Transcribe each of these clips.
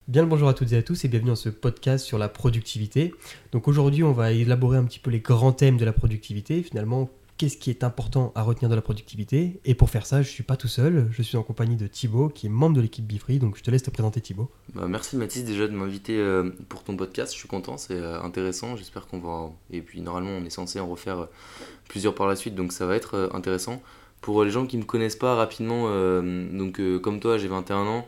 Bien le bonjour à toutes et à tous et bienvenue dans ce podcast sur la productivité. Donc aujourd'hui on va élaborer un petit peu les grands thèmes de la productivité, finalement qu'est-ce qui est important à retenir de la productivité. Et pour faire ça je ne suis pas tout seul, je suis en compagnie de Thibaut qui est membre de l'équipe Bifree, donc je te laisse te présenter Thibaut. Merci Mathis déjà de m'inviter pour ton podcast, je suis content, c'est intéressant, j'espère qu'on va... Et puis normalement on est censé en refaire plusieurs par la suite, donc ça va être intéressant. Pour les gens qui ne me connaissent pas rapidement, comme toi j'ai 21 ans,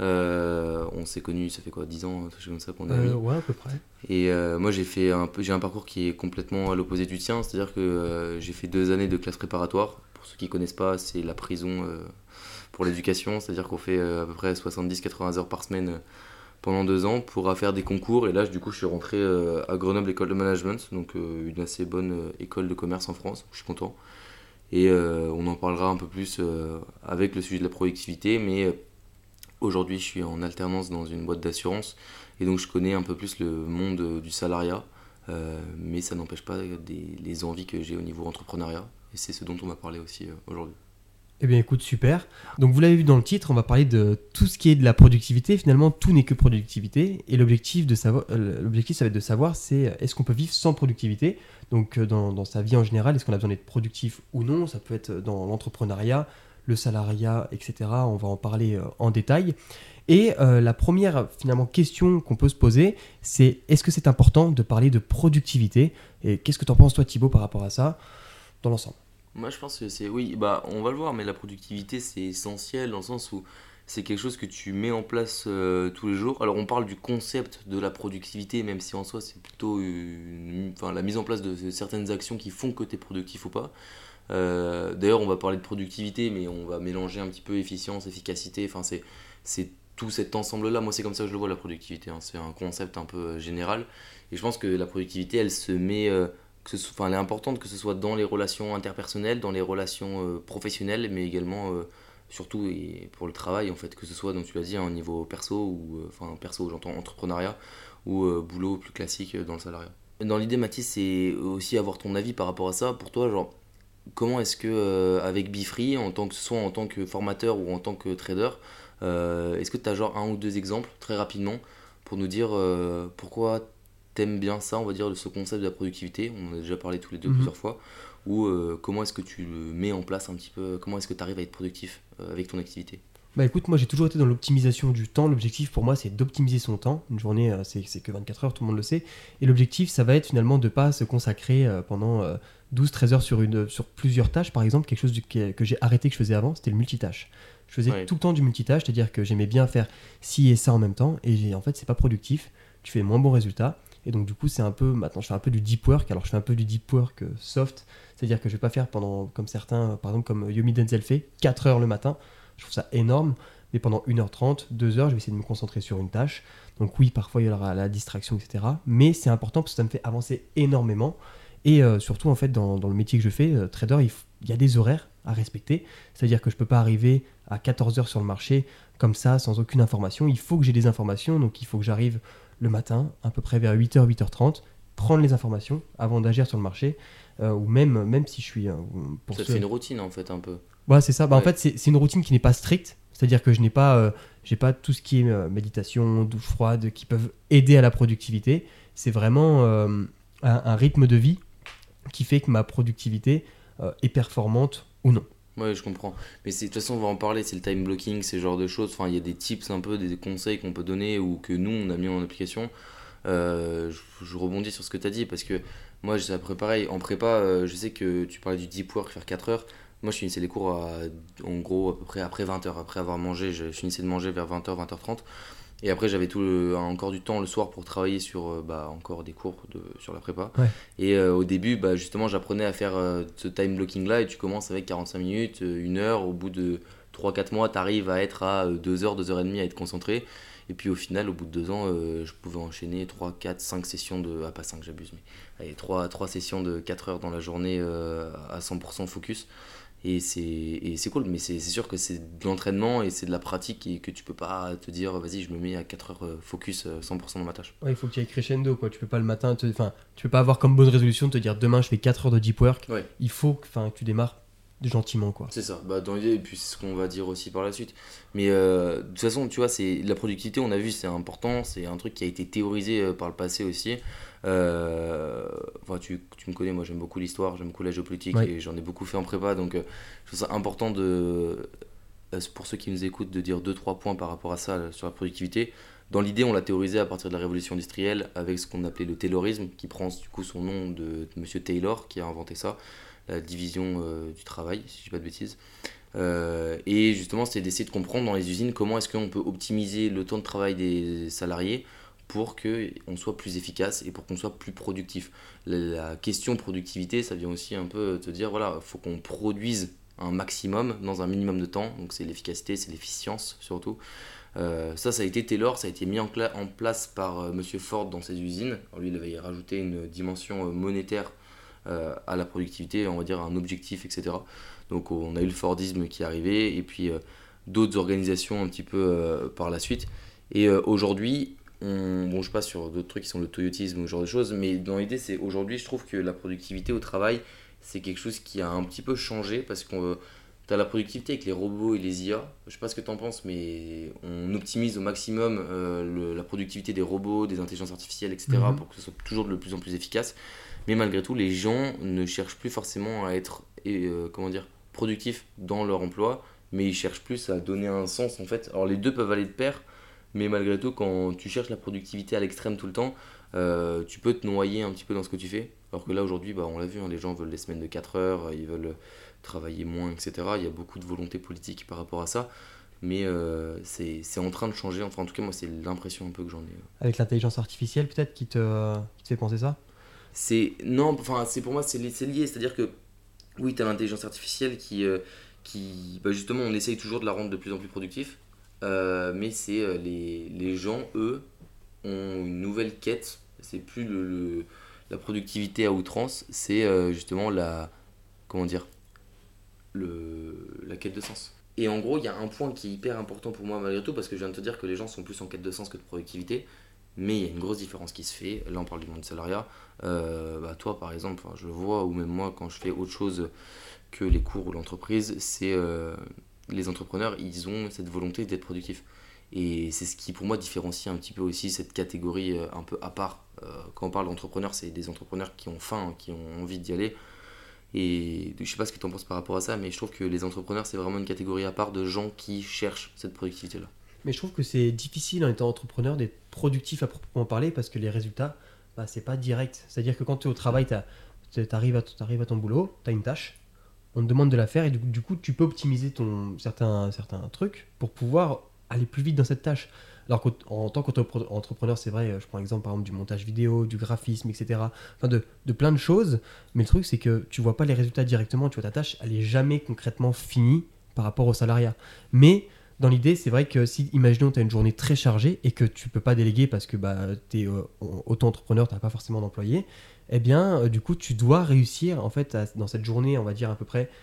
on s'est connus, ça fait quoi, 10 ans, quelque chose comme ça qu'on est amis. Ouais à peu près. Et moi j'ai un parcours qui est complètement à l'opposé du tien, c'est-à-dire que j'ai fait 2 années de classe préparatoire. Pour ceux qui ne connaissent pas, c'est la prison pour l'éducation, c'est-à-dire qu'on fait à peu près 70-80 heures par semaine pendant 2 ans pour faire des concours. Et là du coup je suis rentré à Grenoble École de Management, donc une assez bonne école de commerce en France, je suis content. Et on en parlera un peu plus avec le sujet de la productivité, mais aujourd'hui je suis en alternance dans une boîte d'assurance et donc je connais un peu plus le monde du salariat, mais ça n'empêche pas les envies que j'ai au niveau entrepreneuriat et c'est ce dont on va parler aussi aujourd'hui. Eh bien écoute, super. Donc vous l'avez vu dans le titre, on va parler de tout ce qui est de la productivité. Finalement, tout n'est que productivité. Et l'objectif, ça va être de savoir, c'est est-ce qu'on peut vivre sans productivité. Donc dans sa vie en général, est-ce qu'on a besoin d'être productif ou non. Ça peut être dans l'entrepreneuriat, le salariat, etc. On va en parler en détail. Et la première finalement question qu'on peut se poser, c'est est-ce que c'est important de parler de productivité. Et qu'est-ce que tu en penses toi Thibaut par rapport à ça dans l'ensemble? Moi je pense que oui, on va le voir, mais la productivité c'est essentiel dans le sens où c'est quelque chose que tu mets en place tous les jours. Alors on parle du concept de la productivité, même si en soi c'est plutôt la mise en place de certaines actions qui font que tu es productif ou pas. D'ailleurs on va parler de productivité, mais on va mélanger un petit peu efficience, efficacité, c'est tout cet ensemble-là. Moi c'est comme ça que je le vois la productivité, hein. C'est un concept un peu général. Et je pense que la productivité elle se met... elle est importante que ce soit dans les relations interpersonnelles, dans les relations professionnelles, mais également, surtout et pour le travail, en fait, que ce soit, donc tu l'as dit, au niveau perso, ou perso, j'entends entrepreneuriat, ou boulot plus classique dans le salariat. Dans l'idée, Mathis, c'est aussi avoir ton avis par rapport à ça. Pour toi, genre, comment est-ce que, avec Bifree, soit en tant que formateur ou en tant que trader, est-ce que tu as genre un ou deux exemples, très rapidement, pour nous dire pourquoi t'aimes bien ça, on va dire, de ce concept de la productivité, on en a déjà parlé tous les deux plusieurs fois, ou comment est-ce que tu le mets en place un petit peu, comment est-ce que tu arrives à être productif avec ton activité? Bah écoute, moi j'ai toujours été dans l'optimisation du temps. L'objectif pour moi c'est d'optimiser son temps. Une journée c'est que 24 heures, tout le monde le sait. Et l'objectif ça va être finalement de ne pas se consacrer pendant 12-13 heures sur plusieurs tâches. Par exemple, quelque chose que j'ai arrêté que je faisais avant, c'était le multitâche. Je faisais tout le temps du multitâche, c'est-à-dire que j'aimais bien faire ci et ça en même temps. Et en fait c'est pas productif, tu fais moins bons résultats. Et donc du coup maintenant je fais un peu du deep work. Alors je fais un peu du deep work soft, c'est-à-dire que je vais pas faire pendant, comme certains, par exemple comme Yomi Denzel fait, 4 heures le matin. Je trouve ça énorme, mais pendant 1h30, 2 heures, je vais essayer de me concentrer sur une tâche. Donc oui, parfois il y aura la distraction, etc. Mais c'est important parce que ça me fait avancer énormément. Et surtout, en fait, dans le métier que je fais, trader, il y a des horaires à respecter. C'est-à-dire que je ne peux pas arriver à 14 heures sur le marché comme ça, sans aucune information. Il faut que j'ai des informations, donc il faut que j'arrive le matin, à peu près vers 8h, 8h30, prendre les informations avant d'agir sur le marché. Ou même si je suis... Ça te fait une routine, en fait, un peu. Ouais, c'est ça. Ouais. En fait, c'est une routine qui n'est pas stricte. C'est-à-dire que je n'ai pas, j'ai pas tout ce qui est méditation, douche froide, qui peuvent aider à la productivité. C'est vraiment un rythme de vie qui fait que ma productivité est performante ou non. Ouais, je comprends. Mais de toute façon, on va en parler, c'est le time blocking, c'est ce genre de choses. Enfin, il y a des tips un peu, des conseils qu'on peut donner ou que nous, on a mis en application. Je rebondis sur ce que tu as dit parce que moi, c'est après pareil. En prépa, je sais que tu parlais du deep work, faire 4 heures. Moi, je finissais les cours en gros à peu près après 20 heures. Après avoir mangé, je finissais de manger vers 20 heures, 20h30. Et après, j'avais encore du temps le soir pour travailler sur encore des cours sur la prépa. Ouais. Et au début, justement, j'apprenais à faire ce time blocking là. Et tu commences avec 45 minutes, 1 heure. Au bout de 3-4 mois, tu arrives à être à 2 heures, 2 heures et demie à être concentré. Et puis au final, au bout de 2 ans, je pouvais enchaîner 3, 4, 5 sessions de. Ah, pas 5, j'abuse, mais allez, 3 sessions de 4 heures dans la journée à 100% focus. Et c'est cool, mais c'est sûr que c'est de l'entraînement et c'est de la pratique et que tu peux pas te dire vas-y, je me mets à 4 heures focus 100% dans ma tâche. Ouais, il faut que tu ailles crescendo, quoi. Tu peux pas le matin, tu peux pas avoir comme bonne résolution de te dire demain je fais 4 heures de deep work. Ouais. Il faut que tu démarres gentiment, quoi. C'est ça, dans l'idée, et puis c'est ce qu'on va dire aussi par la suite. Mais de toute façon, tu vois, c'est la productivité, on a vu, c'est important, c'est un truc qui a été théorisé par le passé aussi. Enfin, tu me connais, moi j'aime beaucoup l'histoire, j'aime beaucoup la géopolitique Ouais. et j'en ai beaucoup fait en prépa, donc je trouve ça important pour ceux qui nous écoutent de dire deux trois points par rapport à ça sur la productivité. Dans l'idée, on l'a théorisé à partir de la révolution industrielle avec ce qu'on appelait le Taylorisme, qui prend du coup son nom de Monsieur Taylor qui a inventé ça, la division du travail, si je dis pas de bêtises. Et justement, c'est d'essayer de comprendre dans les usines comment est-ce qu'on peut optimiser le temps de travail des salariés pour qu'on soit plus efficace et pour qu'on soit plus productif. La question productivité, ça vient aussi un peu te dire, voilà, il faut qu'on produise un maximum dans un minimum de temps, donc c'est l'efficacité, c'est l'efficience surtout. Ça a été Taylor, ça a été mis en place par Monsieur Ford dans ses usines. Alors lui, il avait rajouté une dimension monétaire à la productivité, on va dire un objectif, etc. Donc on a eu le Fordisme qui est arrivé, et puis d'autres organisations un petit peu par la suite. Et aujourd'hui, bon, je passe sur d'autres trucs qui sont le toyotisme ou ce genre de choses, mais dans l'idée, c'est aujourd'hui, je trouve que la productivité au travail, c'est quelque chose qui a un petit peu changé, parce qu'on t'as la productivité avec les robots et les IA. Je sais pas ce que t'en penses, mais on optimise au maximum la productivité des robots, des intelligences artificielles, etc. pour que ce soit toujours de plus en plus efficace. Mais malgré tout, les gens ne cherchent plus forcément à être comment dire, productifs dans leur emploi, mais ils cherchent plus à donner un sens en fait. Alors les deux peuvent aller de pair, mais malgré tout, quand tu cherches la productivité à l'extrême tout le temps, tu peux te noyer un petit peu dans ce que tu fais. Alors que là aujourd'hui, on l'a vu, hein, les gens veulent des semaines de 4 heures, ils veulent travailler moins, etc. Il y a beaucoup de volonté politique par rapport à ça, mais c'est en train de changer. Enfin, en tout cas, moi, c'est l'impression un peu que j'en ai. Avec l'intelligence artificielle, peut-être, qui te fait penser ça? Non, enfin, pour moi, c'est lié. C'est-à-dire que oui, tu as l'intelligence artificielle qui justement, on essaye toujours de la rendre de plus en plus productive, mais c'est les gens, eux, ont une nouvelle quête. C'est plus la productivité à outrance, c'est justement comment dire, la quête de sens. Et en gros, il y a un point qui est hyper important pour moi malgré tout, parce que je viens de te dire que les gens sont plus en quête de sens que de productivité, mais il y a une grosse différence qui se fait. Là, on parle du monde salariat. Toi, par exemple, je le vois, ou même moi, quand je fais autre chose que les cours ou l'entreprise, c'est les entrepreneurs, ils ont cette volonté d'être productifs. Et c'est ce qui, pour moi, différencie un petit peu aussi cette catégorie un peu à part. Quand on parle d'entrepreneurs, c'est des entrepreneurs qui ont faim, qui ont envie d'y aller. Et je sais pas ce que tu en penses par rapport à ça, mais je trouve que les entrepreneurs, c'est vraiment une catégorie à part de gens qui cherchent cette productivité-là. Mais je trouve que c'est difficile en étant entrepreneur d'être productif à proprement parler parce que les résultats, c'est pas direct. C'est-à-dire que quand tu es au travail, t'arrives à ton boulot, tu as une tâche, on te demande de la faire et du coup, tu peux optimiser certains trucs pour pouvoir aller plus vite dans cette tâche. Alors qu'en tant qu'entrepreneur, c'est vrai, je prends l'exemple par exemple du montage vidéo, du graphisme, etc. Enfin de plein de choses. Mais le truc, c'est que tu vois pas les résultats directement. Tu vois, ta tâche, elle est jamais concrètement finie par rapport au salariat. Mais dans l'idée, c'est vrai que si, imaginons, tu as une journée très chargée et que tu peux pas déléguer parce que tu es auto-entrepreneur, tu n'as pas forcément d'employé, eh bien, du coup, tu dois réussir, en fait, dans cette journée, on va dire à peu près,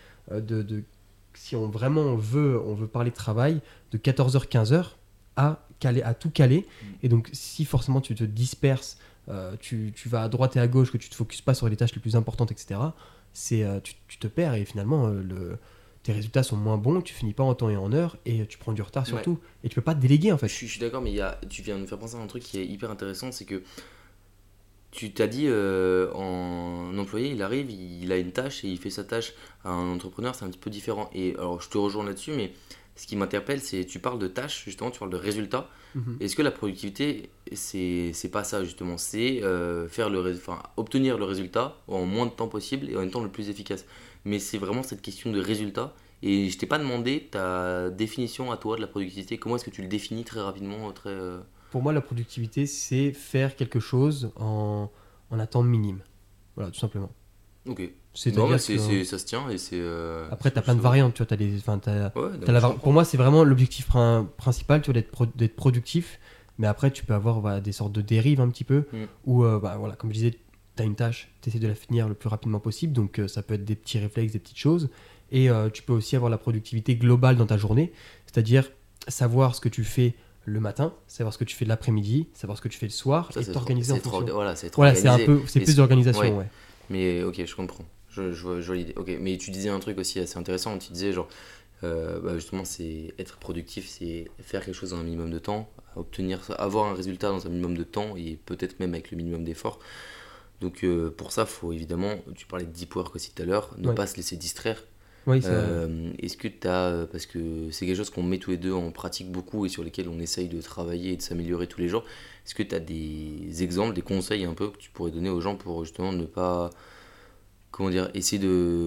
si on veut parler de travail, de 14h-15h à tout caler. Et donc, si forcément tu te disperses, tu vas à droite et à gauche, que tu te focuses pas sur les tâches les plus importantes, etc., tu te perds et finalement, tes résultats sont moins bons, tu finis pas en temps et en heure et tu prends du retard surtout. Ouais. Et tu peux pas te déléguer en fait. Je suis d'accord, mais tu viens de me faire penser à un truc qui est hyper intéressant, c'est que tu t'as dit, en employé, il arrive, il a une tâche et il fait sa tâche. Un entrepreneur, c'est un petit peu différent. Et alors, je te rejoins là-dessus, mais ce qui m'interpelle, c'est tu parles de tâches, justement, tu parles de résultats. Est-ce que la productivité, c'est pas ça, justement? C'est obtenir le résultat en moins de temps possible et en même temps le plus efficace. Mais c'est vraiment cette question de résultat. Et je t'ai pas demandé ta définition à toi de la productivité. Comment est-ce que tu le définis très rapidement, Pour moi, la productivité, c'est faire quelque chose en un temps minime. Voilà, tout simplement. Ok. C'est-à-dire que... ça se tient et c'est. Après, tu as plein de variantes. Tu vois, Ouais, pour moi, c'est vraiment l'objectif principal, tu vois, d'être productif. Mais après, tu peux avoir des sortes de dérives un petit peu. Où, voilà, comme je disais, tu as une tâche, tu essaies de la finir le plus rapidement possible. Donc, ça peut être des petits réflexes, des petites choses. Et tu peux aussi avoir la productivité globale dans ta journée. C'est-à-dire savoir ce que tu fais le matin, savoir ce que tu fais l'après-midi, savoir ce que tu fais le soir, et t'organiser en fonction. Voilà, c'est c'est plus d'organisation, ouais. ouais. Mais ok, je comprends. je vois l'idée. Ok, mais tu disais un truc aussi assez intéressant. Tu disais, genre, justement, c'est être productif, c'est faire quelque chose dans un minimum de temps, avoir un résultat dans un minimum de temps et peut-être même avec le minimum d'effort. Donc, pour ça, faut évidemment, tu parlais de deep work aussi tout à l'heure, ne Ouais. pas se laisser distraire. Oui, c'est vrai. Est-ce que tu as, parce que c'est quelque chose qu'on met tous les deux en pratique beaucoup et sur lesquels on essaye de travailler et de s'améliorer tous les jours, est-ce que tu as des exemples, des conseils un peu que tu pourrais donner aux gens pour justement ne pas, comment dire, essayer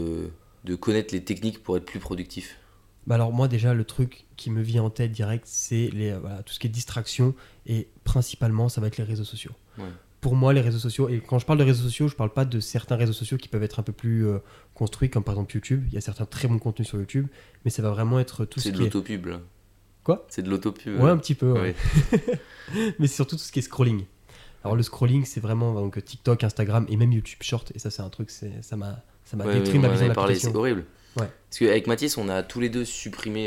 de connaître les techniques pour être plus productif? Bah alors moi déjà le truc qui me vient en tête direct c'est voilà, tout ce qui est distraction et principalement ça va être les réseaux sociaux. Ouais. Pour moi les réseaux sociaux, et quand je parle de réseaux sociaux je parle pas de certains réseaux sociaux qui peuvent être un peu plus construits comme par exemple YouTube, il y a certains très bons contenus sur YouTube mais ça va vraiment être tout C'est ce de qui est... l'autopub là. Quoi? C'est de l'autopub. Ouais un petit peu ouais. Ouais. Mais c'est surtout tout ce qui est scrolling. Alors le scrolling c'est vraiment donc, TikTok, Instagram et même YouTube Short et ça c'est un truc, ça m'a Ouais, détruit on ma en vision de avait parlé, l'application. c'est horrible. Ouais. Parce qu'avec Mathis, on a tous les deux supprimé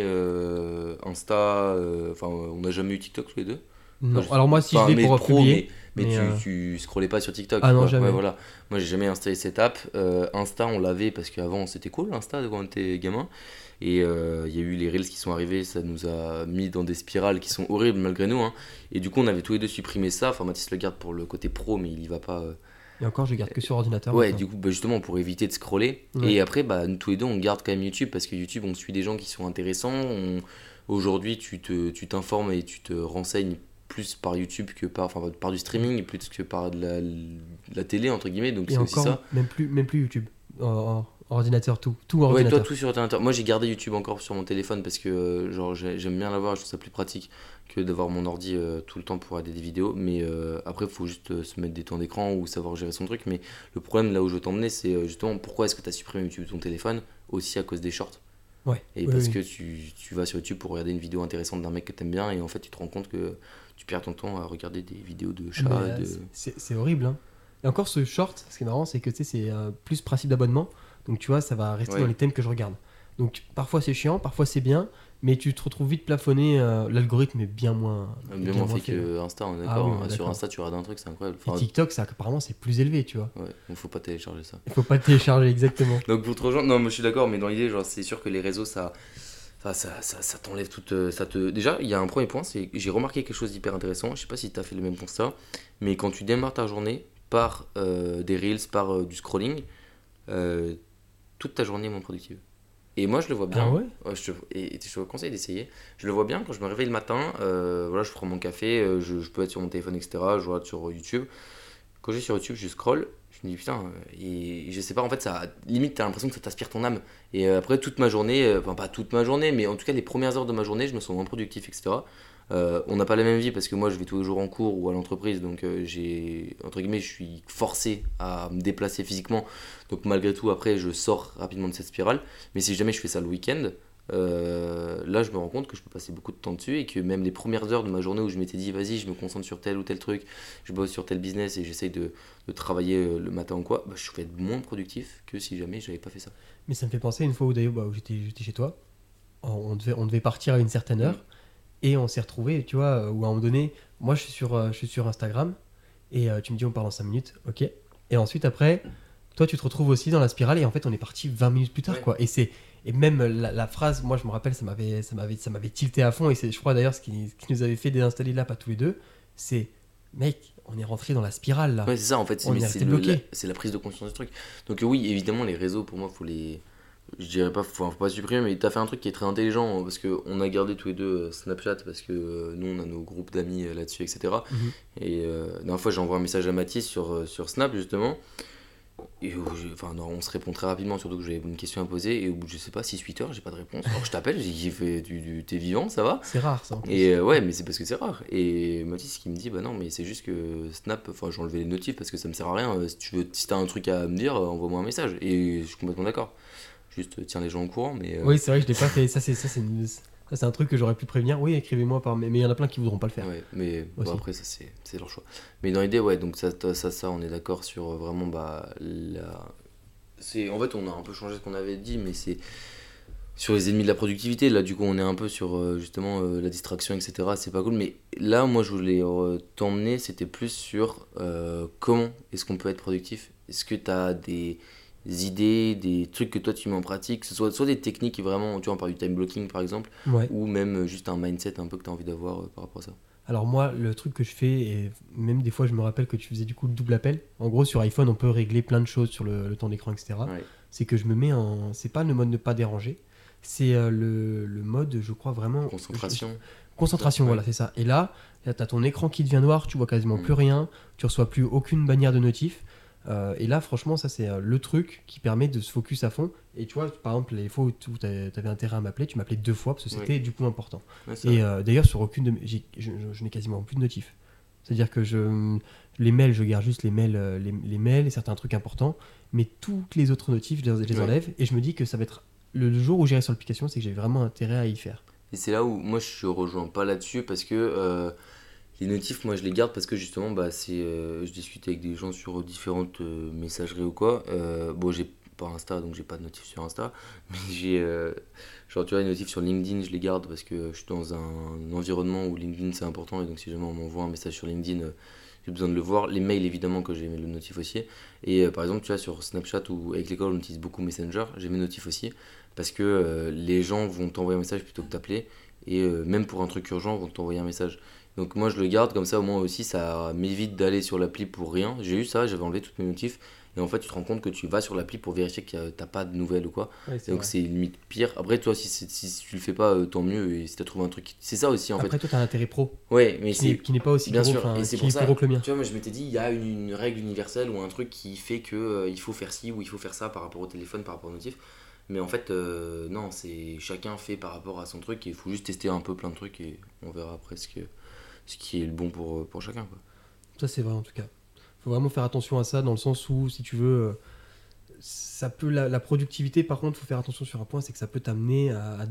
Insta, enfin, on n'a jamais eu TikTok tous les deux. Non, Enfin, alors moi si je enfin, l'ai mais pour pro, publier mais mais tu scrollais pas sur TikTok, ah non quoi. jamais. Ouais, voilà. Moi, j'ai jamais installé cette app. Insta, on l'avait parce qu'avant, c'était cool, Insta, quand on était gamin. Et il y a eu les Reels qui sont arrivés, ça nous a mis dans des spirales qui sont horribles malgré nous, hein. Et du coup, on avait tous les deux supprimé ça. Enfin, Mathis le garde pour le côté pro, mais il y va pas. Et encore, je garde que sur ordinateur Ouais, maintenant. du coup, bah, justement, pour éviter de scroller. Ouais. Et après, bah, nous tous les deux, on garde quand même YouTube parce que YouTube, on suit des gens qui sont intéressants. Aujourd'hui, tu t'informes et tu te renseignes plus par YouTube que par du streaming, plus que par de la télé, entre guillemets. Donc, Et c'est aussi encore, ça. même plus YouTube. Ordinateur, tout Ouais, toi, ordinateur. tout sur ordinateur. Moi, j'ai gardé YouTube encore sur mon téléphone parce que genre, j'aime bien l'avoir, je trouve ça plus pratique que d'avoir mon ordi tout le temps pour regarder des vidéos. Mais après, il faut juste se mettre des temps d'écran ou savoir gérer son truc. Mais le problème, là où je veux t'emmener, c'est justement pourquoi est-ce que tu as supprimé YouTube de ton téléphone? Aussi à cause des shorts. Ouais. Et Oui, parce oui. que tu vas sur YouTube pour regarder une vidéo intéressante d'un mec que t'aimes bien et en fait, tu te rends compte que tu perds ton temps à regarder des vidéos de Mais, chats. De... c'est horrible. Hein. Et encore ce short, ce qui est marrant, c'est que tu sais, c'est plus principe d'abonnement. Donc tu vois, ça va rester Ouais. dans les thèmes que je regarde. Donc parfois c'est chiant, parfois c'est bien, mais tu te retrouves vite plafonné. L'algorithme est bien moins. Bien moins fait fait. que Insta, on est Ah d'accord. oui, Hein. on est Sur d'accord. Insta, tu regardes un truc, c'est incroyable. Et Enfin, TikTok, ça, apparemment, c'est plus élevé, tu vois. ouais, il faut pas télécharger ça. Il faut pas télécharger exactement. Donc pour te rejoindre, non, moi je suis d'accord, mais dans l'idée, genre, c'est sûr que les réseaux, ça t'enlève toute. Déjà, il y a un premier point, c'est j'ai remarqué quelque chose d'hyper intéressant. Je sais pas si tu as fait le même constat, mais quand tu démarres ta journée par des reels, par du scrolling, euh, toute ta journée est moins productive. Et moi, je le vois bien. Ah ouais. Et je te conseille d'essayer. Je le vois bien quand je me réveille le matin. Voilà, je prends mon café, je peux être sur mon téléphone, etc. Je regarde sur YouTube. Quand je suis sur YouTube, je scroll. Je me dis putain, et je sais pas, en fait, ça limite, t'as l'impression que ça t'aspire ton âme. Et après, toute ma journée, enfin, pas toute ma journée, mais en tout cas, les premières heures de ma journée, je me sens moins productif, etc. On n'a pas la même vie parce que moi, je vais tous les jours en cours ou à l'entreprise, donc entre guillemets, je suis forcé à me déplacer physiquement. Donc, malgré tout, après, je sors rapidement de cette spirale. Mais si jamais je fais ça le week-end, là, je me rends compte que je peux passer beaucoup de temps dessus et que même les premières heures de ma journée où je m'étais dit, vas-y, je me concentre sur tel ou tel truc, je bosse sur tel business et j'essaye de travailler le matin ou quoi, bah, je vais être moins productif que si jamais j'avais pas fait ça. Mais ça me fait penser à une fois où d'ailleurs où j'étais chez toi. On devait partir à une certaine heure. Et on s'est retrouvés, tu vois, où à un moment donné, moi je suis sur Instagram et tu me dis on parle dans 5 minutes, ok. Et ensuite après, toi tu te retrouves aussi dans la spirale et en fait on est parti 20 minutes plus tard, Ouais. quoi. Et même la phrase, moi je me rappelle, ça m'avait tilté à fond et c'est je crois d'ailleurs ce qui nous avait fait désinstaller l'app à tous les deux, c'est mec, on est rentré dans la spirale là. Ouais, c'est ça en fait, On est resté bloqué. c'est la prise de conscience du truc. Donc oui, évidemment, les réseaux, pour moi, faut les. Je dirais pas, faut pas supprimer, mais t'as fait un truc qui est très intelligent parce qu'on a gardé tous les deux Snapchat parce que nous on a nos groupes d'amis là-dessus, etc. Mhm. Et la dernière fois, j'ai envoyé un message à Mathis sur Snap justement. Et non, on se répond très rapidement, surtout que j'avais une question à poser. Et au bout de, je sais pas, 6-8 heures, j'ai pas de réponse. Alors je t'appelle, j'ai dit, t'es vivant, ça va? C'est rare ça en plus. Et ouais, mais c'est parce que c'est rare. Et Mathis qui me dit, bah non, mais c'est juste que Snap, enfin, j'ai enlevé les notifs parce que ça me sert à rien. Si t'as un truc à me dire, envoie-moi un message. Et je suis complètement d'accord. Juste, tiens les gens au courant, mais. Oui, c'est vrai que je l'ai pas fait. Ça c'est un truc que j'aurais pu prévenir. Oui, écrivez-moi par mais il y en a plein qui voudront pas le faire. Ouais, mais bon, Aussi. après, ça, c'est leur choix. Mais dans l'idée, ouais, donc ça, on est d'accord sur vraiment, bah, en fait, on a un peu changé ce qu'on avait dit, mais c'est sur les ennemis de la productivité. Là, du coup, on est un peu sur justement la distraction, etc. C'est pas cool. Mais là, moi, je voulais t'emmener, c'était plus sur comment est-ce qu'on peut être productif. Est-ce que tu as idées, des trucs que toi tu mets en pratique, que ce soit des techniques vraiment, tu vois, on parle du time blocking par exemple, Ouais. ou même juste un mindset un peu que tu as envie d'avoir par rapport à ça. Alors moi, le truc que je fais, et même des fois je me rappelle que tu faisais du coup le double appel, en gros sur iPhone on peut régler plein de choses sur le temps d'écran, etc. Ouais. C'est que je me mets en... C'est pas le mode ne pas déranger, c'est le mode, je crois vraiment... Concentration. Concentration, Ouais. voilà, c'est ça. Et là t'as ton écran qui devient noir, tu vois quasiment Mm. plus rien, tu reçois plus aucune bannière de notif. Et là, franchement, ça c'est le truc qui permet de se focus à fond. Et tu vois, par exemple, les fois où tu avais intérêt à m'appeler, tu m'appelais 2 fois parce que c'était du coup important. Ouais, c'est Et vrai. d'ailleurs, sur aucune de mes... je n'ai quasiment plus de notifs. C'est-à-dire que les mails, je garde juste les mails, les mails et certains trucs importants, mais toutes les autres notifs, je les Ouais. enlève et je me dis que ça va être le jour où j'irai sur l'application, c'est que j'ai vraiment intérêt à y faire. Et c'est là où moi je rejoins pas là-dessus parce que les notifs, moi je les garde parce que justement, je discute avec des gens sur différentes messageries ou quoi. Bon, j'ai pas Insta donc j'ai pas de notifs sur Insta, mais genre tu vois, les notifs sur LinkedIn, je les garde parce que je suis dans un environnement où LinkedIn c'est important et donc si jamais on m'envoie un message sur LinkedIn, j'ai besoin de le voir. Les mails évidemment que j'ai le notif aussi. Et par exemple, tu vois, sur Snapchat ou avec l'école on utilise beaucoup Messenger, j'ai mes notifs aussi parce que les gens vont t'envoyer un message plutôt que t'appeler et même pour un truc urgent, vont t'envoyer un message. Donc moi je le garde comme ça au moins aussi ça m'évite d'aller sur l'appli pour rien. J'ai eu ça, j'avais enlevé toutes mes notifs et en fait tu te rends compte que tu vas sur l'appli pour vérifier que t'as pas de nouvelles ou quoi. Ouais, Et donc c'est limite pire. Après toi si tu le fais pas tant mieux et si t'as trouvé un truc. C'est ça aussi en fait. Après, toi, t'as un intérêt pro Ouais mais c'est qui n'est pas aussi bien gros, sûr et c'est qui pour est plus ça. gros que le mien. Tu vois moi je m'étais dit il y a une règle universelle ou un truc qui fait que il faut faire ci ou il faut faire ça par rapport au téléphone, par rapport aux notifs. Mais en fait non c'est chacun fait par rapport à son truc et il faut juste tester un peu plein de trucs et on verra après ce qui est le bon pour chacun, quoi. Ça, c'est vrai en tout cas. Faut vraiment faire attention à ça dans le sens où, si tu veux, ça peut la productivité. Par contre, faut faire attention sur un point, c'est que ça peut t'amener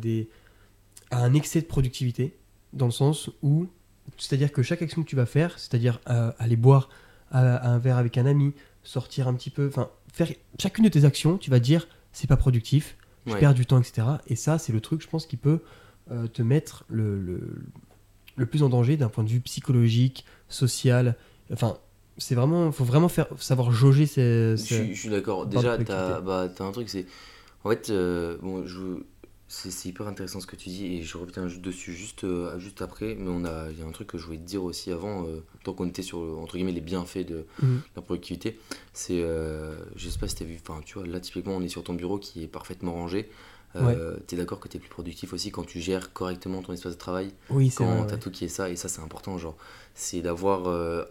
à un excès de productivité, dans le sens où, c'est-à-dire que chaque action que tu vas faire, c'est-à-dire aller boire à un verre avec un ami, sortir un petit peu, enfin faire chacune de tes actions, tu vas dire c'est pas productif, je Ouais. perds du temps, etc. Et ça, c'est le truc, je pense, qui peut te mettre le plus en danger d'un point de vue psychologique, social. Enfin, c'est vraiment, faut vraiment savoir jauger Je suis d'accord. barre de Déjà, productivité. t'as un truc, c'est. En fait, bon, c'est hyper intéressant ce que tu dis et je reviens dessus juste après. Mais il y a un truc que je voulais te dire aussi avant, tant qu'on était sur, entre guillemets, les bienfaits de Mhm. la productivité. C'est, je sais pas si t'as vu, enfin, tu vois, là, typiquement, on est sur ton bureau qui est parfaitement rangé. Ouais. T'es d'accord que t'es plus productif aussi quand tu gères correctement ton espace de travail, Oui, c'est quand vrai. t'as Ouais. tout qui est ça, et ça c'est important, genre, c'est d'avoir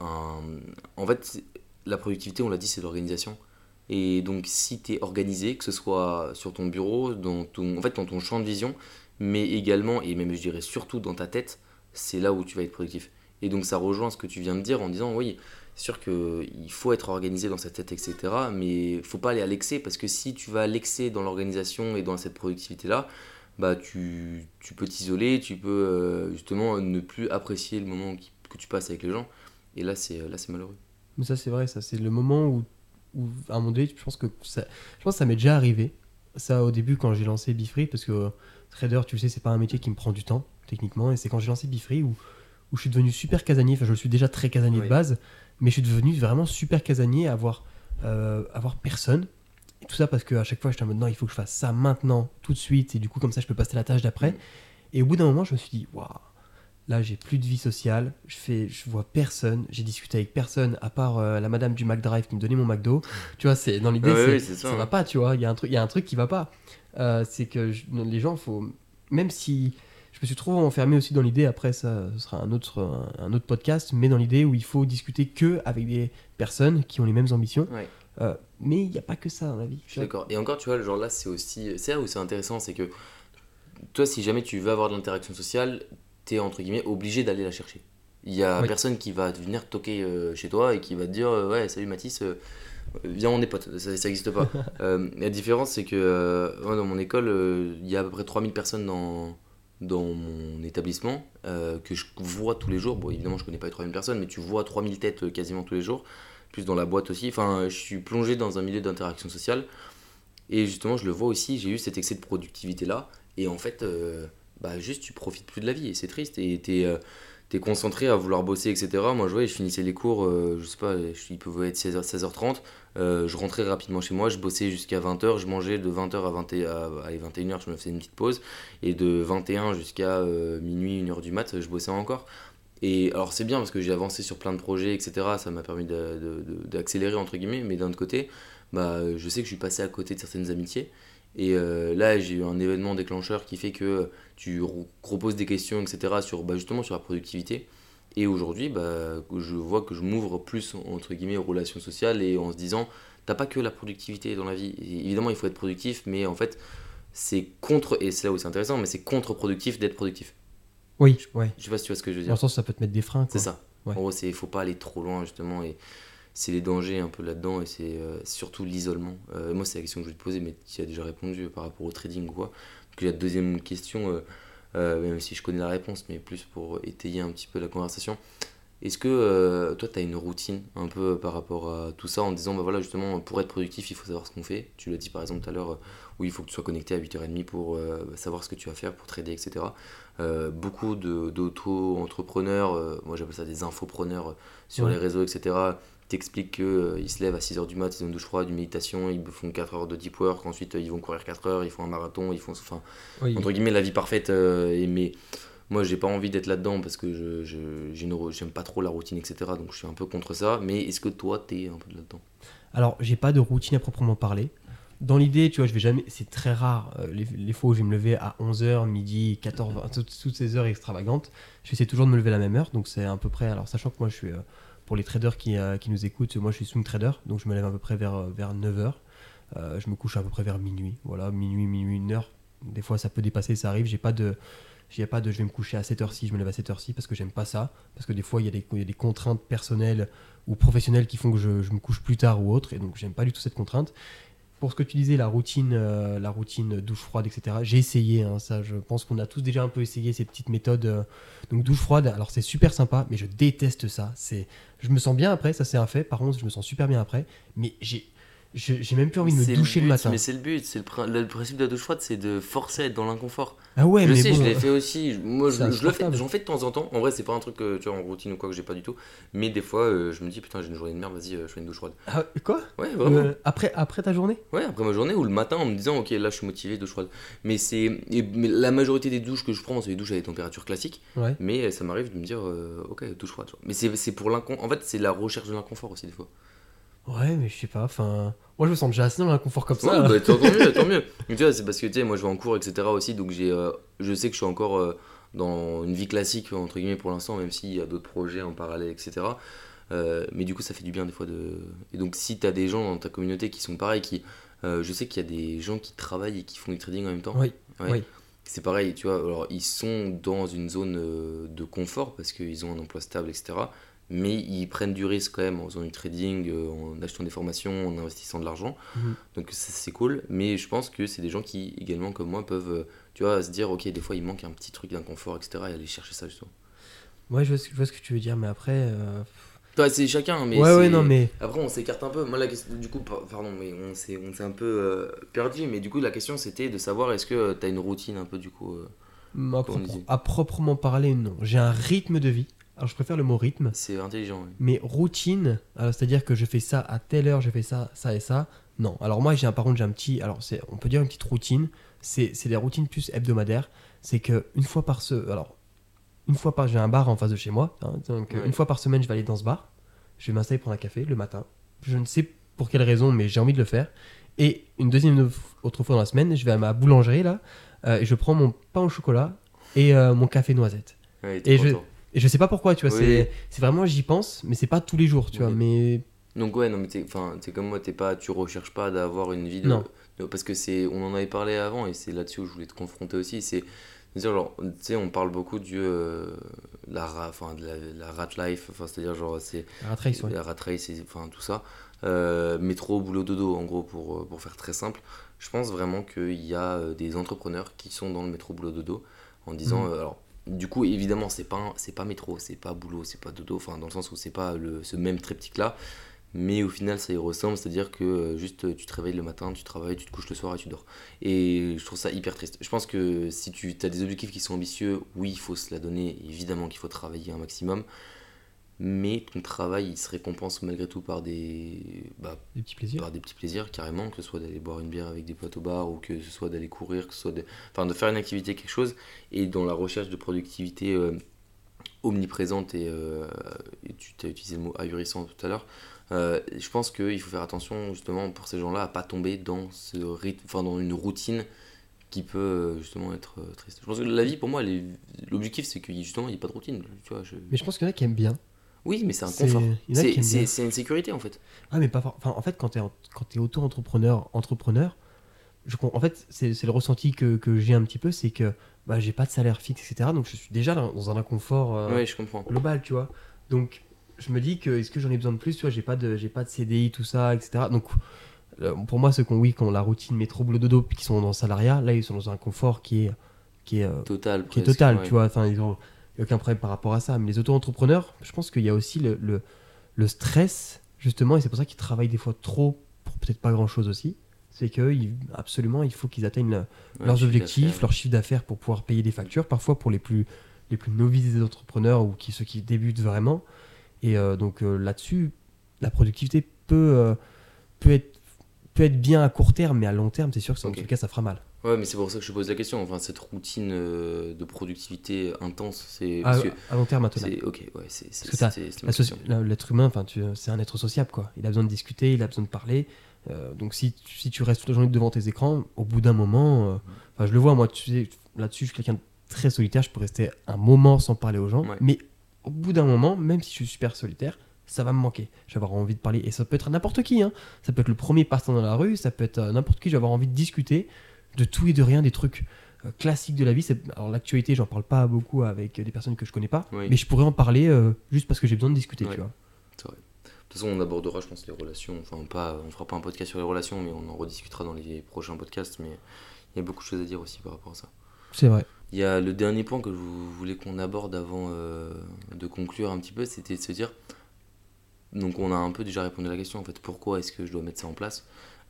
En fait, la productivité, on l'a dit, c'est l'organisation. Et donc, si t'es organisé, que ce soit sur ton bureau, en fait, dans ton champ de vision, mais également, et même je dirais surtout dans ta tête, c'est là où tu vas être productif. Et donc, ça rejoint ce que tu viens de dire en disant, oui, c'est sûr qu'il faut être organisé dans sa tête, etc. Mais il faut pas aller à l'excès, parce que si tu vas à l'excès dans l'organisation et dans cette productivité-là, bah tu peux t'isoler, tu peux justement ne plus apprécier le moment que tu passes avec les gens. Et là c'est malheureux. Mais ça, c'est vrai, ça, c'est le moment où, à un moment donné, je pense que ça m'est déjà arrivé. Ça, au début, quand j'ai lancé Bifree, parce que trader, tu le sais, c'est pas un métier qui me prend du temps, techniquement, et c'est quand j'ai lancé Bifree où je suis devenu super casanier. Enfin, je suis déjà très casanier de Oui. base, mais je suis devenu vraiment super casanier à avoir personne. Et tout ça parce qu'à chaque fois, j'étais en mode non, il faut que je fasse ça maintenant, tout de suite, et du coup, comme ça, je peux passer à la tâche d'après. Mm. Et au bout d'un moment, je me suis dit, waouh, là, j'ai plus de vie sociale, je vois personne, j'ai discuté avec personne à part la madame du McDrive qui me donnait mon McDo. Tu vois, c'est dans l'idée, Ouais, ouais, c'est ça, ça va hein. pas, tu vois. Il y a un truc qui va pas. C'est que les gens, faut même si je me suis trop enfermé aussi dans l'idée. Après, ça, ce sera un autre podcast, mais dans l'idée où il faut discuter que avec des personnes qui ont les mêmes ambitions. Ouais, Mais il n'y a pas que ça dans la vie. je suis d'accord. Et encore, tu vois, genre là, c'est là où c'est intéressant, c'est que toi, si jamais tu veux avoir de l'interaction sociale, t'es entre guillemets obligé d'aller la chercher. Il y a Oui. personne qui va venir toquer chez toi et qui va te dire ouais, salut Mathis, viens, on est potes. Ça n'existe pas. La différence, c'est que moi, dans mon école, il y a à peu près 3000 personnes dans mon établissement que je vois tous les jours. Bon, évidemment, je connais pas les 3000 personnes, mais tu vois 3000 têtes quasiment tous les jours. Plus dans la boîte aussi. Enfin, je suis plongé dans un milieu d'interaction sociale. Et justement, je le vois aussi, j'ai eu cet excès de productivité là. Et en fait, juste tu profites plus de la vie et c'est triste. Et t'es t'es concentré à vouloir bosser, etc. Moi, je finissais les cours, je sais pas, ils pouvaient être 16h30. Je rentrais rapidement chez moi, je bossais jusqu'à 20h, je mangeais de 20h à 21h, je me faisais une petite pause. Et de 21 jusqu'à minuit, 1h du mat, je bossais encore. Et alors, c'est bien parce que j'ai avancé sur plein de projets, etc. Ça m'a permis d'accélérer, entre guillemets. Mais d'un autre côté, bah, je sais que je suis passé à côté de certaines amitiés. Et là, j'ai eu un événement déclencheur qui fait que tu reposes des questions, etc., sur, bah, justement sur la productivité. Et aujourd'hui, bah, je vois que je m'ouvre plus, entre guillemets, aux relations sociales et en se disant, t'as pas que la productivité dans la vie. Et évidemment, il faut être productif, mais en fait, c'est contre, et c'est là où c'est intéressant, mais c'est contre-productif d'être productif. Oui, ouais. Je sais pas si tu vois ce que je veux Dans le dire. sens, ça peut te mettre des freins, C'est quoi. ça. Ouais. En gros, faut pas aller trop loin, justement, et c'est les dangers un peu là-dedans, et c'est surtout l'isolement. Moi, c'est la question que je voulais te poser, mais tu y as déjà répondu par rapport au trading ou quoi. Donc, la deuxième question, même si je connais la réponse, mais plus pour étayer un petit peu la conversation. Est-ce que toi, tu as une routine un peu par rapport à tout ça en disant, bah voilà, justement, pour être productif, il faut savoir ce qu'on fait. Tu l'as dit par exemple tout à l'heure, où il faut que tu sois connecté à 8h30 pour savoir ce que tu vas faire, pour trader, etc. Beaucoup d'auto-entrepreneurs, moi j'appelle ça des infopreneurs sur Ouais. les réseaux, etc., t'expliquent qu'ils se lèvent à 6h du mat, ils ont une douche froide, une méditation, ils font 4 heures de deep work, ensuite ils vont courir 4 heures, ils font un marathon, ils font, enfin, Oui. entre guillemets, la vie parfaite, mais moi, j'ai pas envie d'être là-dedans parce que j'aime pas trop la routine, etc. Donc je suis un peu contre ça. Mais est-ce que toi, t'es un peu là-dedans? Alors, j'ai pas de routine à proprement parler. Dans l'idée, tu vois, je vais jamais. C'est très rare les fois où je vais me lever à 11h, midi, 14h, toutes ces heures extravagantes. J'essaie toujours de me lever à la même heure. Donc, c'est à peu près. Alors, sachant que moi, je suis. Pour les traders qui nous écoutent, moi, je suis swing trader. Donc, je me lève à peu près vers 9h. Je me couche à peu près vers minuit. Voilà, minuit, 1h. Des fois, ça peut dépasser, ça arrive. J'ai pas de je vais me coucher à 7h ci, je me lève à 7h ci parce que j'aime pas ça. Parce que des fois, il y a des contraintes personnelles ou professionnelles qui font que je me couche plus tard ou autre. Et donc, j'aime pas du tout cette contrainte. Pour ce que tu disais, la routine douche froide, etc. J'ai essayé, hein, ça. Je pense qu'on a tous déjà un peu essayé ces petites méthodes. Donc, douche froide, alors c'est super sympa, mais je déteste ça. Je me sens bien après, ça c'est un fait. Par contre, je me sens super bien après. Mais j'ai même plus envie de me C'est doucher le but, matin. mais c'est le but. Le principe de la douche froide, c'est de forcer à être dans l'inconfort. Ah ouais, Je mais sais, bon, je l'ai fait aussi. Moi, c'est je le fais, insupportable. j'en fais de temps en temps. En vrai, c'est pas un truc tu vois, en routine ou quoi que j'ai pas du tout. Mais des fois, je me dis, putain, j'ai une journée de merde, vas-y, je fais une douche froide. Ah, quoi Ouais, vraiment. Après ta journée? Ouais, après ma journée ou le matin en me disant, ok, là, je suis motivé, douche froide. Mais la majorité des douches que je prends, c'est des douches à des températures classiques. Ouais. Mais ça m'arrive de me dire, ok, douche froide. Tu vois. Mais c'est pour l'inconfort. En fait, c'est la recherche de l'inconfort aussi, des fois. Ouais, mais je sais pas, enfin. Moi, je me sens déjà assez dans l'inconfort comme Ouais, ça. bah tant mieux, tant mieux. Mais tu vois, c'est parce que tu sais, moi je vais en cours, etc. aussi, donc je sais que je suis encore dans une vie classique, entre guillemets, pour l'instant, même s'il y a d'autres projets en parallèle, etc. Mais du coup, ça fait du bien des fois de. Et donc, si tu as des gens dans ta communauté qui sont pareils, je sais qu'il y a des gens qui travaillent et qui font du trading en même temps. Oui, Ouais. oui. C'est pareil, tu vois, alors ils sont dans une zone de confort parce qu'ils ont un emploi stable, etc. Mais ils prennent du risque quand même en faisant du trading, en achetant des formations, en investissant de l'argent. Mhm. Donc c'est cool, mais je pense que c'est des gens qui, également comme moi, peuvent, tu vois, se dire, ok, des fois il manque un petit truc d'inconfort, etc. et aller chercher ça justement. Ouais, je vois ce que tu veux dire, mais après. Toi, c'est chacun, mais Ouais, ouais, non, c'est. mais. Après, on s'écarte un peu. Moi, la question, du coup, pardon, mais on s'est un peu perdu. Mais du coup, la question c'était de savoir est-ce que tu as une routine un peu, du coup, comme on disait. À proprement parler, non. J'ai un rythme de vie. Alors, je préfère le mot rythme. C'est intelligent, ouais. Mais routine, c'est-à-dire que je fais ça à telle heure, je fais ça, ça et ça. Non. Alors, moi, par contre, j'ai un petit. Alors, on peut dire une petite routine. C'est des routines plus hebdomadaires. C'est que une fois par j'ai un bar en face de chez moi. Hein, donc, Ouais. une fois par semaine, je vais aller dans ce bar. Je vais m'installer prendre un café le matin. Je ne sais pour quelle raison, mais j'ai envie de le faire. Et une autre fois dans la semaine, je vais à ma boulangerie là, et je prends mon pain au chocolat et mon café noisette. Ouais, t'es Et content. je sais pas pourquoi, tu vois, Oui. c'est vraiment, j'y pense, mais c'est pas tous les jours, tu vois. Ok. Mais Donc ouais, non mais t'es comme moi, tu recherches pas d'avoir une vie non, parce que on en avait parlé avant et c'est là-dessus où je voulais te confronter aussi, c'est de dire genre, tu sais, on parle beaucoup de la rat life, enfin c'est-à-dire genre c'est la rat race, ouais. la rat race, enfin tout ça, métro, boulot, dodo en gros pour faire très simple. Je pense vraiment qu'il y a des entrepreneurs qui sont dans le métro, boulot, dodo en disant, Mhm. alors du coup évidemment c'est pas métro, c'est pas boulot, c'est pas dodo, enfin dans le sens où c'est pas ce même triptyque là. mais au final ça y ressemble, c'est-à-dire que juste tu te réveilles le matin, tu travailles, tu te couches le soir et tu dors. Et je trouve ça hyper triste. Je pense que si tu as des objectifs qui sont ambitieux, oui, il faut se la donner, évidemment qu'il faut travailler un maximum, mais ton travail il se récompense malgré tout par Des petits plaisirs. par des petits plaisirs carrément, que ce soit d'aller boire une bière avec des potes au bar ou que ce soit d'aller courir, que ce soit enfin, de faire une activité, quelque chose, et dans la recherche de productivité omniprésente et tu as utilisé le mot ahurissant tout à l'heure. Je pense qu'il faut faire attention justement pour ces gens-là à pas tomber dans ce rythme, enfin dans une routine qui peut justement être triste. Je pense que la vie pour moi, l'objectif c'est qu'il justement il n'y ait pas de routine. Tu vois, Mais je pense qu'il y en a qui aiment bien. Oui, mais c'est un confort. Il y en a qui aiment bien. C'est une sécurité en fait. Ah, mais pas enfin, en fait, quand t'es auto-entrepreneur, en fait, c'est le ressenti que j'ai un petit peu, c'est que bah, j'ai pas de salaire fixe, etc. Donc je suis déjà dans un inconfort Ouais, je comprends. global, tu vois. Donc je me dis que est-ce que j'en ai besoin de plus, tu vois, j'ai pas de CDI, tout ça, etc. Donc pour moi, ceux qui ont la routine métro boulot dodo, puis qui sont dans le salariat, là, ils sont dans un confort Total, qui est presque. total, Ouais. tu vois. Enfin, ils ont y a aucun problème par rapport à ça. Mais les auto-entrepreneurs, je pense qu'il y a aussi le stress, justement, et c'est pour ça qu'ils travaillent des fois trop pour peut-être pas grand-chose aussi. C'est absolument, il faut qu'ils atteignent Ouais, leurs chiffre objectifs, d'affaires. leur chiffre d'affaires pour pouvoir payer des factures. Parfois pour les plus novices des entrepreneurs ou ceux qui débutent vraiment. Et donc là-dessus, la productivité peut être, peut être bien à court terme, mais à long terme, c'est sûr que dans Ok. tout cas, ça fera mal. Ouais, mais c'est pour ça que je te pose la question. Enfin, cette routine de productivité intense, c'est À, parce que à long terme, intenable. c'est ok. Ouais, Parce que c'était ma question. l'être humain, enfin, c'est un être sociable, quoi. Il a besoin de discuter, il a besoin de parler. Donc si tu restes toute la journée devant tes écrans, au bout d'un moment, enfin, je le vois, moi, tu sais, là-dessus, je suis quelqu'un de très solitaire, je peux rester un moment sans parler aux gens, Ouais. mais au bout d'un moment, même si je suis super solitaire, ça va me manquer. Je vais avoir envie de parler, et ça peut être à n'importe qui, hein. Ça peut être le premier passant dans la rue, ça peut être n'importe qui, je vais avoir envie de discuter de tout et de rien, des trucs classiques de la vie. Alors l'actualité, j'en parle pas beaucoup avec des personnes que je connais pas, Oui. mais je pourrais en parler juste parce que j'ai besoin de discuter, Ouais. tu vois. C'est vrai. De toute façon, on abordera, je pense, les relations. Enfin, pas, on fera pas un podcast sur les relations, mais on en rediscutera dans les prochains podcasts. Mais il y a beaucoup de choses à dire aussi par rapport à ça. C'est vrai. Il y a le dernier point que je voulais qu'on aborde avant de conclure un petit peu, c'était de se dire. Donc, on a un peu déjà répondu à la question en fait, pourquoi est-ce que je dois mettre ça en place.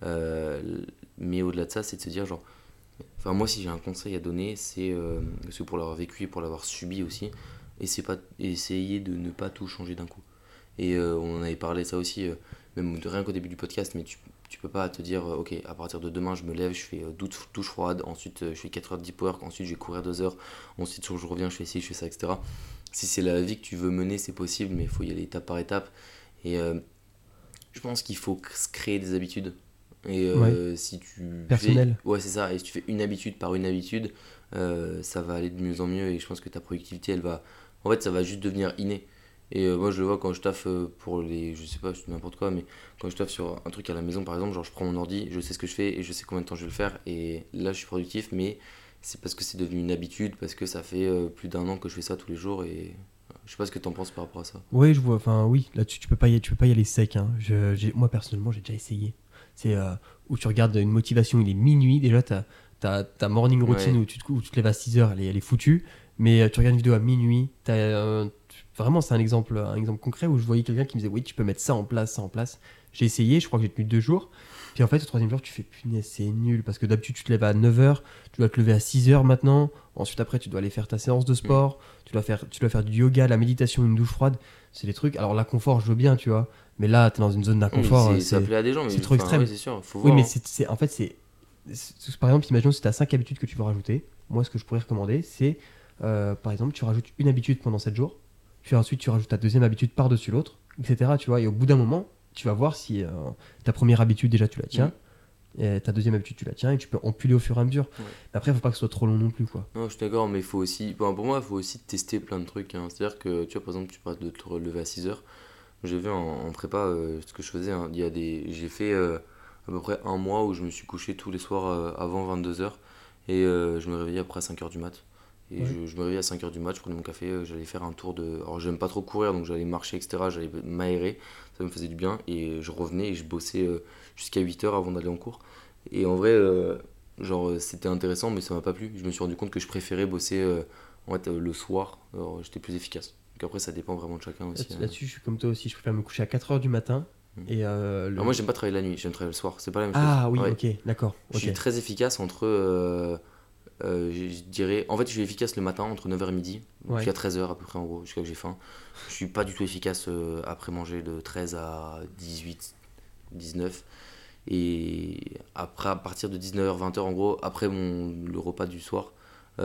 Mais au-delà de ça, c'est de se dire genre. Enfin, moi, si j'ai un conseil à donner, parce que pour l'avoir vécu et pour l'avoir subi aussi, et c'est pas essayer de ne pas tout changer d'un coup. Et on en avait parlé ça aussi, même rien qu'au début du podcast, mais tu peux pas te dire, ok, à partir de demain, je me lève, je fais douche froide, ensuite je fais 4 heures de deep work, ensuite je vais courir 2 heures, ensuite je reviens, je fais ci, je fais ça, etc. Si c'est la vie que tu veux mener, c'est possible, mais il faut y aller étape par étape. Et je pense qu'il faut se créer des habitudes. Et si tu Personnel. ouais, c'est ça. Et si tu fais une habitude par une habitude, ça va aller de mieux en mieux. Et je pense que ta productivité, en fait, ça va juste devenir inné. Et moi, je le vois quand je taffe pour je sais pas, je dis n'importe quoi, mais quand je taffe sur un truc à la maison, par exemple, genre je prends mon ordi, je sais ce que je fais et je sais combien de temps je vais le faire. Et là, je suis productif, mais c'est parce que c'est devenu une habitude, parce que ça fait plus d'un an que je fais ça tous les jours. Et je sais pas ce que t'en penses par rapport à ça. Oui, je vois. Enfin, oui, là-dessus, tu peux pas y aller sec, hein. Moi, personnellement, j'ai déjà essayé. C'est où tu regardes une motivation, il est minuit. Déjà, ta morning routine Ouais. où tu te lèves à 6 heures, elle est foutue. Mais tu regardes une vidéo à minuit. Vraiment, c'est un exemple concret où je voyais quelqu'un qui me disait oui, tu peux mettre ça en place, ça en place. J'ai essayé, je crois que j'ai tenu 2 jours. Puis en fait, au troisième jour, tu fais punaise, c'est nul. Parce que d'habitude, tu te lèves à 9 heures, tu dois te lever à 6 heures maintenant. Ensuite, après, tu dois aller faire ta séance de sport. Tu dois faire du yoga, la méditation, une douche froide. C'est des trucs. Alors, l'inconfort, je veux bien, tu vois. Mais là, t'es dans une zone Oui, d'inconfort. ça plaît à des gens, mais c'est trop enfin, extrême. oui, c'est sûr, faut Oui, voir. mais Hein. en fait, par exemple, imaginons si tu as 5 habitudes que tu veux rajouter. Moi, ce que je pourrais recommander, c'est par exemple, tu rajoutes une habitude pendant 7 jours. Puis ensuite, tu rajoutes ta deuxième habitude par-dessus l'autre, etc. Tu vois, et au bout d'un moment, tu vas voir si ta première habitude, déjà, tu la tiens. Et ta deuxième habitude, tu la tiens. Et tu peux empiler au fur et à mesure. Ouais. Mais après, il faut pas que ce soit trop long non plus, quoi. Non, je suis d'accord, mais il faut aussi, enfin, pour moi, il faut aussi tester plein de trucs. Hein. C'est-à-dire que, tu vois, par exemple, tu parles de te relever à 6 heures. J'ai vu en prépa ce que je faisais. Hein. J'ai fait à peu près un mois où je me suis couché tous les soirs avant 22 heures et je me réveillais après à 5 heures du mat. Et Ouais. je me réveillais à 5 heures du mat, je prenais mon café, j'allais faire un tour de. Alors, j'aime pas trop courir, donc j'allais marcher, etc. J'allais m'aérer, ça me faisait du bien. Et je revenais et je bossais jusqu'à 8 heures avant d'aller en cours. Et en vrai, c'était intéressant, mais ça m'a pas plu. Je me suis rendu compte que je préférais bosser en fait, le soir. Alors, j'étais plus efficace. Donc après, ça dépend vraiment de chacun aussi. Là-dessus, je suis comme toi aussi. Je préfère me coucher à 4 heures du matin Et Alors moi, j'aime pas travailler la nuit, j'aime travailler le soir. C'est pas la même chose. Ah oui, Ouais. ok, d'accord. Je suis très efficace entre. Je dirais. En fait, je suis efficace le matin entre 9h et midi, Ouais. jusqu'à 13h à peu près en gros, jusqu'à que j'ai faim. Je suis pas du tout efficace après manger de 13 à 18, 19. Et après, à partir de 19h, 20h en gros, après le repas du soir,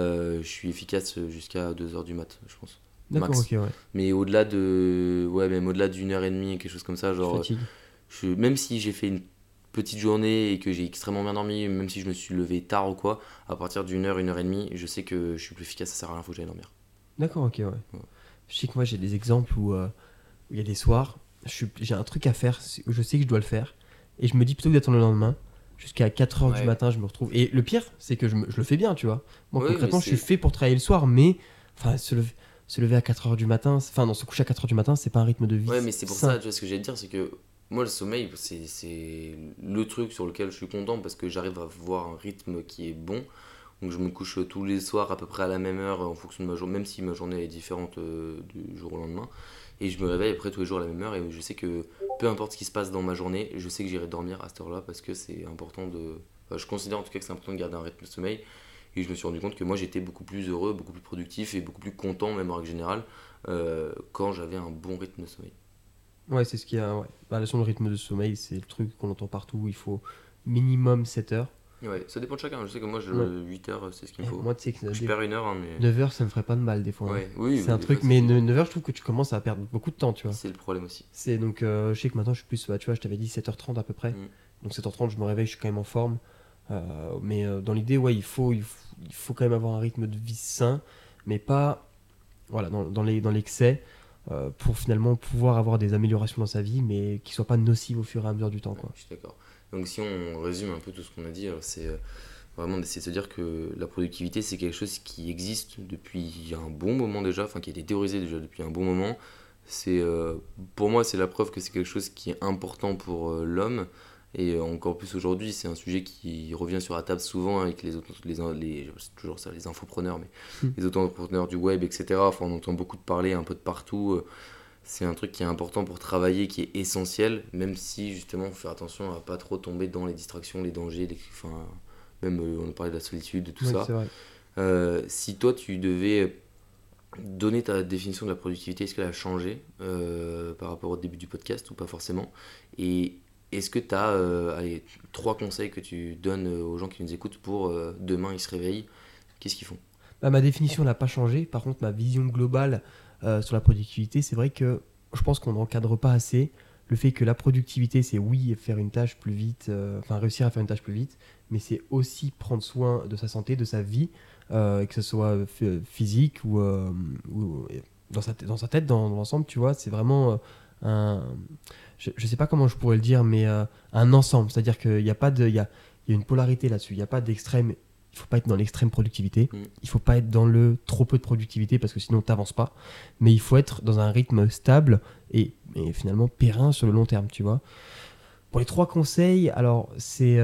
je suis efficace jusqu'à 2h du mat, je pense. D'accord, Max. ok, ouais. Mais au-delà de. Ouais, même au-delà d'une heure et demie, quelque chose comme ça, genre. Fatigue. Même si j'ai fait une petite journée et que j'ai extrêmement bien dormi, même si je me suis levé tard ou quoi, à partir une heure et demie, je sais que je suis plus efficace, ça sert à rien, faut que j'aille dormir. D'accord, ok, ouais. Je sais que moi j'ai des exemples où il y a des soirs, j'ai un truc à faire, où je sais que je dois le faire, et je me dis plutôt que d'attendre le lendemain, jusqu'à 4h du Ouais. matin, je me retrouve. Et le pire, c'est que je le fais bien, tu vois. Moi, Oui, concrètement, mais je suis c'est- fait pour travailler le soir, mais enfin, se lever à 4h du matin, enfin, non, se coucher à 4h du matin, c'est pas un rythme de vie Ouais, mais c'est pour sain. ça, tu vois, ce que j'allais te dire, c'est que moi, le sommeil, c'est le truc sur lequel je suis content parce que j'arrive à avoir un rythme qui est bon. Donc, je me couche tous les soirs à peu près à la même heure en fonction de ma journée, même si ma journée est différente du jour au lendemain. Et je me réveille après tous les jours à la même heure et je sais que peu importe ce qui se passe dans ma journée, je sais que j'irai dormir à cette heure-là parce que c'est important de. Enfin, je considère en tout cas que c'est important de garder un rythme de sommeil. Et je me suis rendu compte que moi, j'étais beaucoup plus heureux, beaucoup plus productif et beaucoup plus content, même en règle générale, quand j'avais un bon rythme de sommeil. Ouais, c'est ce qu'il y a, ouais. Bah, le rythme de sommeil, c'est le truc qu'on entend partout, il faut minimum 7 heures. Ouais, ça dépend de chacun. Je sais que moi, Ouais. 8 heures, c'est ce qu'il Et me faut. moi, tu sais que Je perds une heure, hein, mais. 9 heures, ça me ferait pas de mal des fois, hein. Ouais, oui, C'est mais un des truc, fois, mais 9 heures, je trouve que tu commences à perdre beaucoup de temps, tu vois. c'est le problème aussi. C'est donc, je sais que maintenant je suis plus, bah, tu vois, je t'avais dit 7h30 à peu près. Mm. Donc 7h30, je me réveille, je suis quand même en forme. Mais dans l'idée, ouais, il faut quand même avoir un rythme de vie sain, mais pas voilà, dans l'excès, pour finalement pouvoir avoir des améliorations dans sa vie, mais qui soient pas nocives au fur et à mesure du temps, Ouais, quoi. je suis d'accord. Donc, si on résume un peu tout ce qu'on a dit, alors, c'est vraiment d'essayer de se dire que la productivité, c'est quelque chose qui existe depuis un bon moment déjà, enfin qui a été théorisé déjà depuis un bon moment. C'est, pour moi, c'est la preuve que c'est quelque chose qui est important pour l'homme. Et encore plus aujourd'hui, c'est un sujet qui revient sur la table souvent avec c'est toujours ça, les infopreneurs, mais Mm. les auto-entrepreneurs du web, etc. Enfin, on entend beaucoup de parler un peu de partout. C'est un truc qui est important pour travailler, qui est essentiel, même si justement, il faut faire attention à pas trop tomber dans les distractions, les dangers, enfin, même on parlait de la solitude, de tout Ouais, ça. c'est vrai. Si toi, tu devais donner ta définition de la productivité, est-ce qu'elle a changé par rapport au début du podcast ou pas forcément? Et est-ce que tu as 3 conseils que tu donnes aux gens qui nous écoutent pour demain ils se réveillent, qu'est-ce qu'ils font? Bah, ma définition n'a pas changé. Par contre, ma vision globale sur la productivité, c'est vrai que je pense qu'on n'encadre pas assez le fait que la productivité, c'est oui, faire une tâche plus vite, enfin réussir à faire une tâche plus vite, mais c'est aussi prendre soin de sa santé, de sa vie, que ce soit physique ou dans sa tête, dans l'ensemble, tu vois. C'est vraiment un. Je ne sais pas comment je pourrais le dire, mais un ensemble. C'est-à-dire qu'il n'y a pas de. Il y a une polarité là-dessus. Il n'y a pas d'extrême. Il faut pas être dans l'extrême productivité. Mm. Il faut pas être dans le trop peu de productivité parce que sinon tu n'avances pas. Mais il faut être dans un rythme stable et finalement périn sur le long terme, tu vois. Pour les 3 conseils, alors c'est,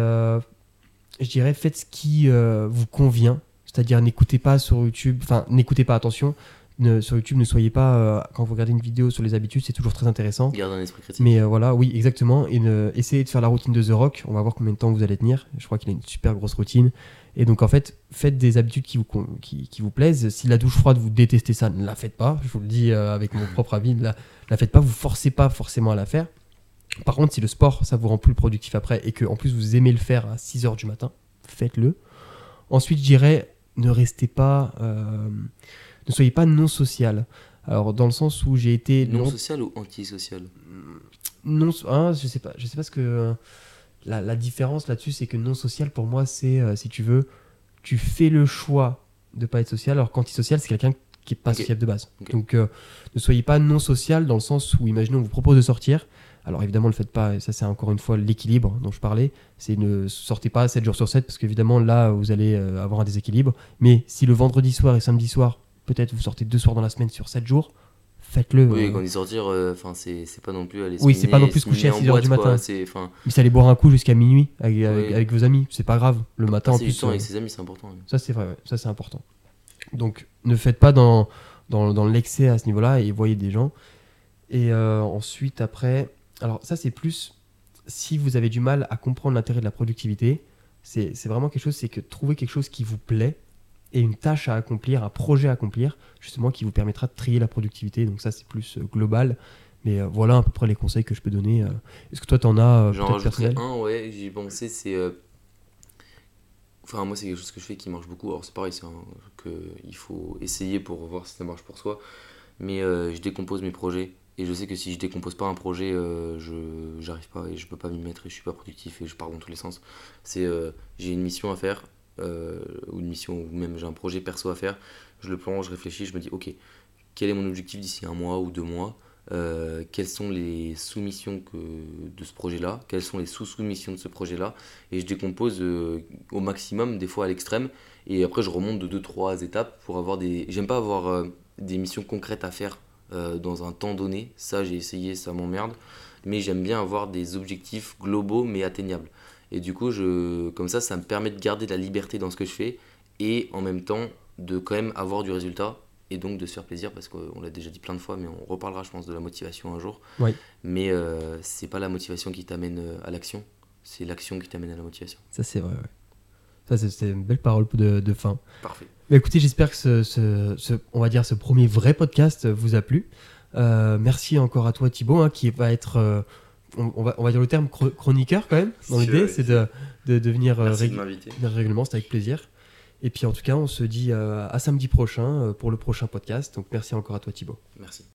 je dirais, faites ce qui vous convient. C'est-à-dire n'écoutez pas sur YouTube, enfin n'écoutez pas, attention, sur YouTube ne soyez pas, quand vous regardez une vidéo sur les habitudes, c'est toujours très intéressant. Garde un esprit critique. Mais voilà, oui, exactement. Et essayez de faire la routine de The Rock. On va voir combien de temps vous allez tenir. Je crois qu'il a une super grosse routine. Et donc, en fait, faites des habitudes qui vous plaisent. Si la douche froide, vous détestez ça, ne la faites pas. Je vous le dis avec mon propre avis, ne la faites pas. Vous forcez pas forcément à la faire. Par contre, si le sport, ça vous rend plus productif après et que en plus vous aimez le faire à 6h du matin, faites-le. Ensuite, je dirais, ne soyez pas non social. Alors, dans le sens où j'ai été Non social ou antisocial? non, je sais pas ce que la différence là-dessus, c'est que non social pour moi, c'est si tu veux, tu fais le choix de pas être social, alors qu'antisocial, c'est quelqu'un qui est pas Ok. sociable de base. Ok. Donc, ne soyez pas non social dans le sens où, imaginons, on vous propose de sortir. Alors évidemment, le faites pas, et ça c'est encore une fois l'équilibre dont je parlais, c'est ne sortez pas 7 jours sur 7 parce qu'évidemment là vous allez avoir un déséquilibre. Mais si le vendredi soir et samedi soir, peut-être vous sortez 2 soirs dans la semaine sur 7 jours, faites-le. Oui, quand on dit sortir, enfin c'est pas non plus aller se Oui, c'est pas miner- non plus se coucher à miner en 6 heures boîte, du quoi. matin. C'est, enfin, Mais c'est aller boire un coup jusqu'à minuit Oui. avec vos amis, c'est pas grave. Le matin en passer du plus, temps avec ses amis, c'est important. ça c'est vrai, ouais. Ça c'est important. Donc ne faites pas dans l'excès à ce niveau-là et voyez des gens. Et ensuite après, Alors ça, c'est plus si vous avez du mal à comprendre l'intérêt de la productivité, c'est vraiment quelque chose, c'est que trouver quelque chose qui vous plaît et une tâche à accomplir, un projet à accomplir, justement, qui vous permettra de trier la productivité. Donc ça, c'est plus global. Mais voilà à peu près les conseils que je peux donner. Est-ce que toi, t'en as J'en peut-être rajouterais personnel? un, ouais, j'y pensais, c'est. Enfin, moi, c'est quelque chose que je fais qui marche beaucoup. Alors, c'est pareil, c'est un truc qu'il faut essayer pour voir si ça marche pour soi. Mais je décompose mes projets. Et je sais que si je décompose pas un projet, j'arrive pas et je peux pas m'y mettre et je suis pas productif et je pars dans tous les sens. C'est j'ai une mission à faire, ou une mission, ou même j'ai un projet perso à faire. Je le prends, je réfléchis, je me dis, ok, quel est mon objectif d'ici un mois ou 2 mois? Quelles sont les soumissions de ce projet-là? Quelles sont les sous-soumissions de ce projet-là? Et je décompose au maximum, des fois à l'extrême. Et après, je remonte de 2 3 étapes pour avoir des. J'aime pas avoir des missions concrètes à faire dans un temps donné. Ça, j'ai essayé, ça m'emmerde. Mais j'aime bien avoir des objectifs globaux mais atteignables. Et du coup, comme ça me permet de garder de la liberté dans ce que je fais et en même temps de quand même avoir du résultat et donc de se faire plaisir parce qu'on l'a déjà dit plein de fois, mais on reparlera, je pense, de la motivation un jour. Oui, Mais c'est pas la motivation qui t'amène à l'action, c'est l'action qui t'amène à la motivation. ça c'est vrai. Ouais. Ça, c'est une belle parole de fin. Parfait. Mais écoutez, j'espère que on va dire ce premier vrai podcast vous a plu. Merci encore à toi Thibaut, hein, qui va être, on va dire le terme chroniqueur quand même. Dans l'idée, c'est de venir Merci de m'inviter. régulièrement, c'est avec plaisir. Et puis en tout cas, on se dit à samedi prochain pour le prochain podcast. Donc merci encore à toi Thibaut. Merci.